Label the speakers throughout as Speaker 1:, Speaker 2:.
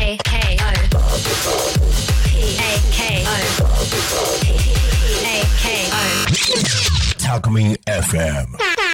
Speaker 1: タコミン FM。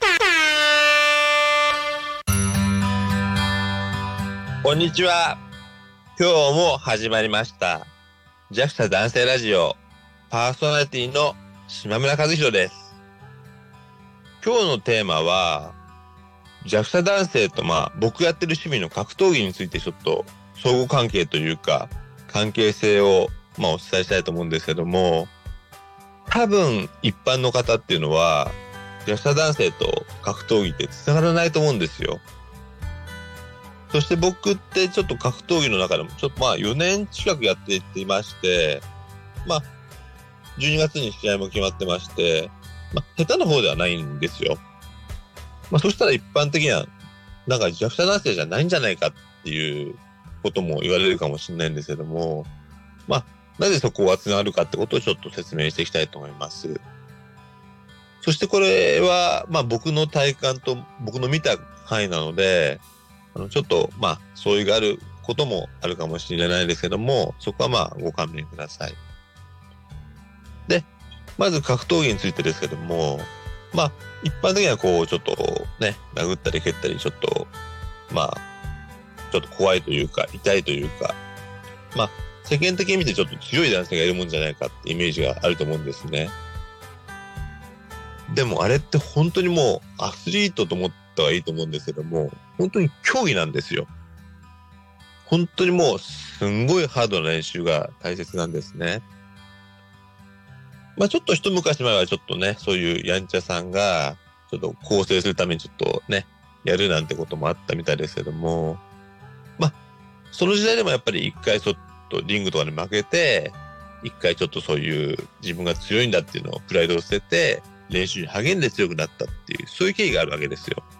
Speaker 2: こんにちは。今日も始まりました弱者男性ラジオパーソナリティの島村和弘です。今日のテーマは弱者男性と僕やってる趣味の格闘技についてちょっと相互関係というか関係性をお伝えしたいと思うんですけども、多分一般の方っていうのは弱者男性と格闘技って繋がらないと思うんですよ。そして僕ってちょっと格闘技の中でもちょっと4年近くやっていまして、12月に試合も決まってまして、下手な方ではないんですよ。そしたら一般的にはなんか弱者男性じゃないんじゃないかっていうことも言われるかもしれないんですけども、なぜそこがつながるかってことをちょっと説明していきたいと思います。そしてこれは僕の体感と僕の見た範囲なので、ちょっと相違があることもあるかもしれないですけども、そこはご勘弁ください。で、まず格闘技についてですけども、一般的にはちょっとね、殴ったり蹴ったりちょっとちょっと怖いというか痛いというか、世間的に見てちょっと強い男性がいるもんじゃないかってイメージがあると思うんですね。でもあれって本当にもうアスリートと思った方がいいと思うんですけども、本当に競技なんですよ。本当にもうすんごいハードな練習が大切なんですね。ちょっと一昔前はちょっとね、そういうやんちゃさんがちょっと構成するためにちょっとね、やるなんてこともあったみたいですけども、その時代でもやっぱり一回ちょっとリングとかで負けて、一回ちょっとそういう自分が強いんだっていうのをプライドを捨てて練習に励んで強くなったっていう、そういう経緯があるわけですよ。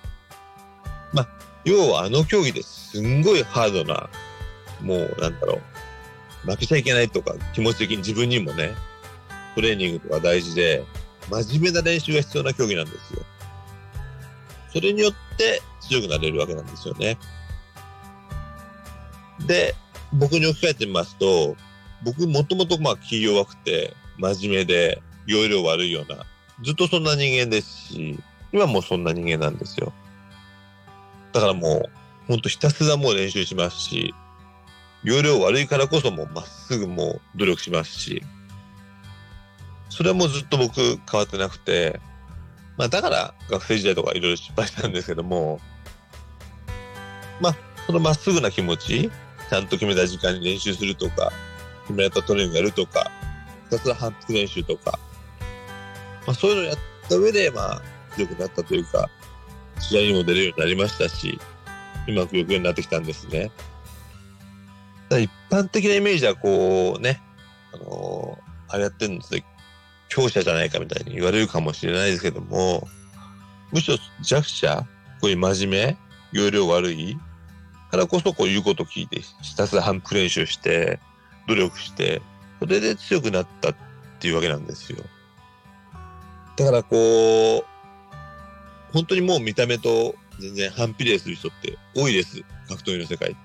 Speaker 2: 要は競技ですんごいハードな、もう負けちゃいけないとか気持ち的に自分にもね、トレーニングとか大事で真面目な練習が必要な競技なんですよ。それによって強くなれるわけなんですよね。で、僕に置き換えてみますと、僕もともと気弱くて真面目で要領悪いような、ずっとそんな人間ですし、今もそんな人間なんですよ。だからもうほんとひたすらもう練習しますし、要領悪いからこそもうまっすぐもう努力しますし、それはもうずっと僕変わってなくて、だから学生時代とかいろいろ失敗したんですけども、そのまっすぐな気持ち、ちゃんと決めた時間に練習するとか、決められたトレーニングやるとか、ひたすら反復練習とか、そういうのをやった上で強くなったというか、試合にも出れるようになりましたし、うまくいくようになってきたんですね。だから一般的なイメージはあれやってるんですね、強者じゃないかみたいに言われるかもしれないですけども、むしろ弱者、こういう真面目、要領悪いからこそ言うことを聞いてひたすら反復練習して努力して、それで強くなったっていうわけなんですよ。だから本当にもう見た目と全然反比例する人って多いです、格闘技の世界って。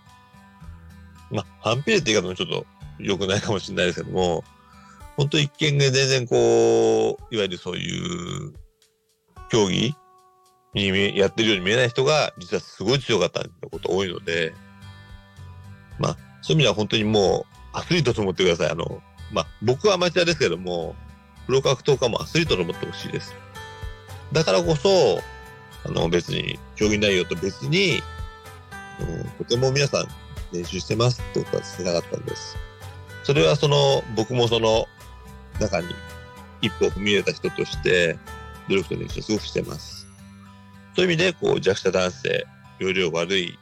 Speaker 2: 反比例って言い方もちょっと良くないかもしれないですけども、本当一見で全然いわゆるそういう競技にやってるように見えない人が実はすごい強かったってこと多いので、そういう意味では本当にもうアスリートと思ってください。僕はアマチュアですけども、プロ格闘家もアスリートと思ってほしいです。だからこそ別に競技内容と別にとても皆さん練習してますってことはしてなかったんです。それは僕もその中に一歩踏み入れた人として努力と練習をすごくしてます。そういう意味で弱者男性、要領悪い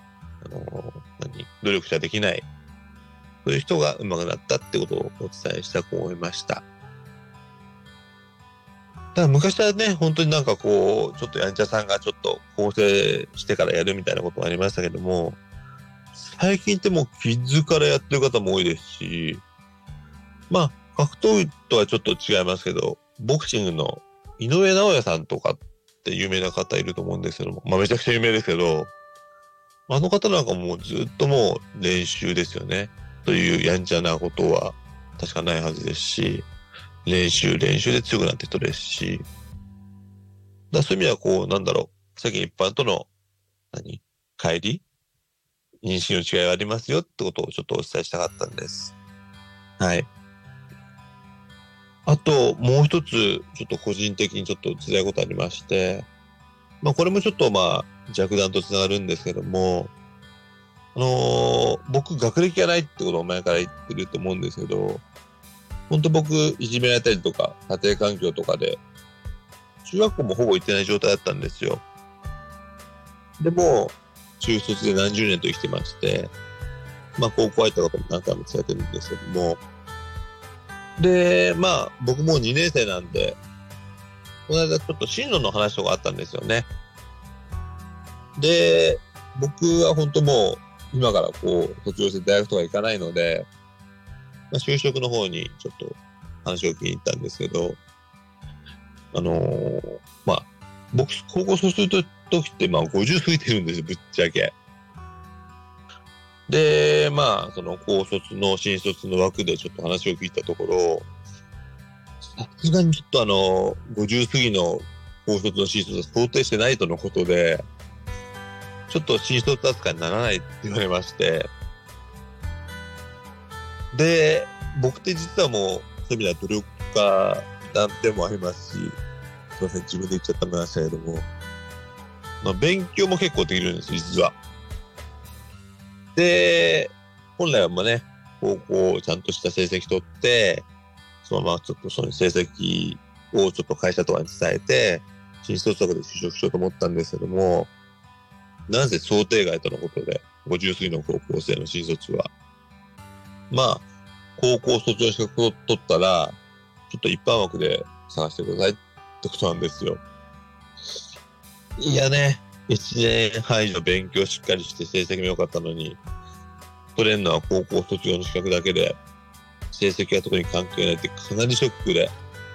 Speaker 2: 努力者できない、そういう人が上手くなったってことをお伝えしたく思いました。だから昔はね、本当にちょっとやんちゃさんがちょっと構成してからやるみたいなこともありましたけども、最近ってもうキッズからやってる方も多いですし、格闘技とはちょっと違いますけど、ボクシングの井上尚弥さんとかって有名な方いると思うんですけども、めちゃくちゃ有名ですけど、 あの方なんかもうずっともう練習ですよね。というやんちゃなことは確かないはずですし、練習で強くなった人ですし、そういう意味ではこう、世間一般との、乖離認識の違いがありますよってことをちょっとお伝えしたかったんです。はい。あと、もう一つ、ちょっと個人的にちょっと辛いことありまして、これもちょっと弱弾とつながるんですけども、僕、学歴がないってことを前から言ってると思うんですけど、本当僕、いじめられたりとか、家庭環境とかで、中学校もほぼ行ってない状態だったんですよ。でも、中卒で何十年と生きてまして、高校入ったことも何回も伝えてるんですけども、で、僕もう2年生なんで、この間ちょっと進路の話とかあったんですよね。で、僕は本当もう、今から卒業して大学とか行かないので、就職の方にちょっと話を聞きに行ったんですけど、僕、高校卒する時って50過ぎてるんですよ、ぶっちゃけ。で、その高卒の新卒の枠でちょっと話を聞いたところ、さすがにちょっと50過ぎの高卒の新卒は想定してないとのことで、ちょっと新卒扱いにならないって言われまして、で、僕って実はもう、そういう意味では努力家でもありますし、すいません、自分で言っちゃったみましたけども、勉強も結構できるんです、実は。で、本来は高校ちゃんとした成績取って、そのままちょっとその成績をちょっと会社とかに伝えて、新卒枠で就職しようと思ったんですけども、なぜ想定外とのことで、50過ぎの高校生の新卒は。高校卒業資格を取ったら、ちょっと一般枠で探してくださいってことなんですよ。いやね、1年半以上勉強しっかりして成績も良かったのに、取れるのは高校卒業の資格だけで、成績は特に関係ないってかなりショックで。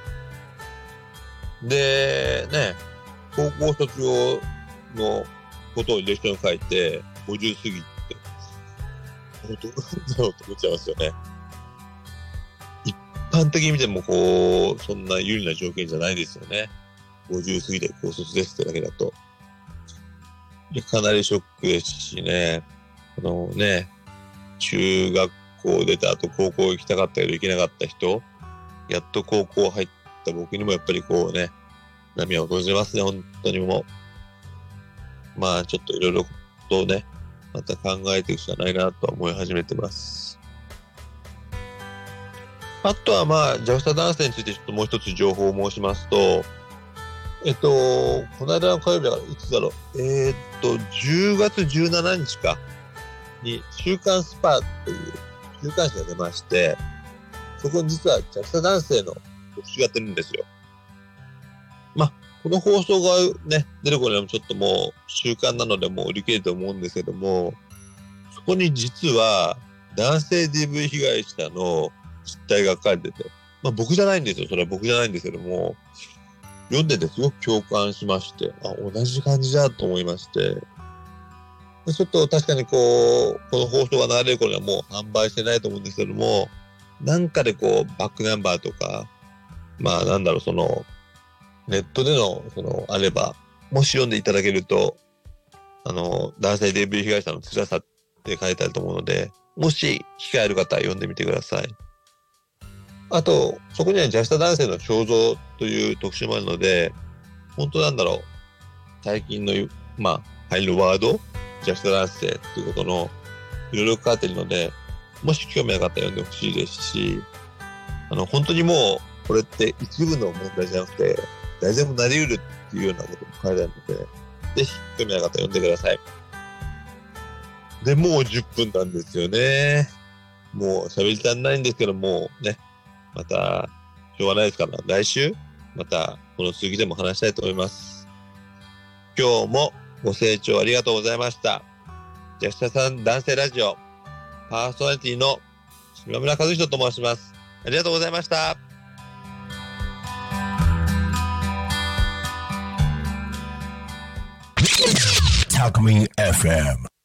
Speaker 2: で、高校卒業のことを履歴書に書いて、50過ぎて、どうなんだろうと思っちゃいますよね。一般的に見てもそんな有利な条件じゃないですよね。50過ぎで高卒ですってだけだと。かなりショックですしね。中学校出た後高校行きたかったけど行けなかった人、やっと高校入った僕にもやっぱり波を訪れますね、本当にもう。ちょっといろいろとまた考えていくしかないなと思い始めてます。あとはJAXA男性についてちょっともう一つ情報を申しますと、この間の火曜日だからいつだろう、10月17日かに週刊スパという週刊誌が出まして、そこに実はJAXA男性の特集がやってるんですよ。この放送が出る頃にはちょっともう週刊なのでもう売り切れると思うんですけども、そこに実は男性 DV 被害者の実態が書かれてて、僕じゃないんですよ。それは僕じゃないんですけども、読んでてすごく共感しまして、同じ感じだと思いまして、ちょっと確かにこの放送が流れる頃にはもう販売してないと思うんですけども、なんかでバックナンバーとか、ネットでの、あれば、もし読んでいただけると、男性 DV 被害者の辛さって書いてあると思うので、もし機会ある方は読んでみてください。あと、そこにはJAXA男性の彫像という特集もあるので、本当最近の、入るワード、JAXA男性っていうことの、いろいろ書かれているので、もし興味ある方は読んでほしいですし、本当にもう、これって一部の問題じゃなくて、誰でもなり得るっていうようなことも書いてあるので、ぜひ興味ある方は読んでください。で、もう10分なんですよね。もう喋り足んないんですけども、また、しょうがないですから、来週、またこの続きでも話したいと思います。今日もご清聴ありがとうございました。JAXAさん男性ラジオ、パーソナリティの島村和人と申します。ありがとうございました。
Speaker 1: Talk Me FM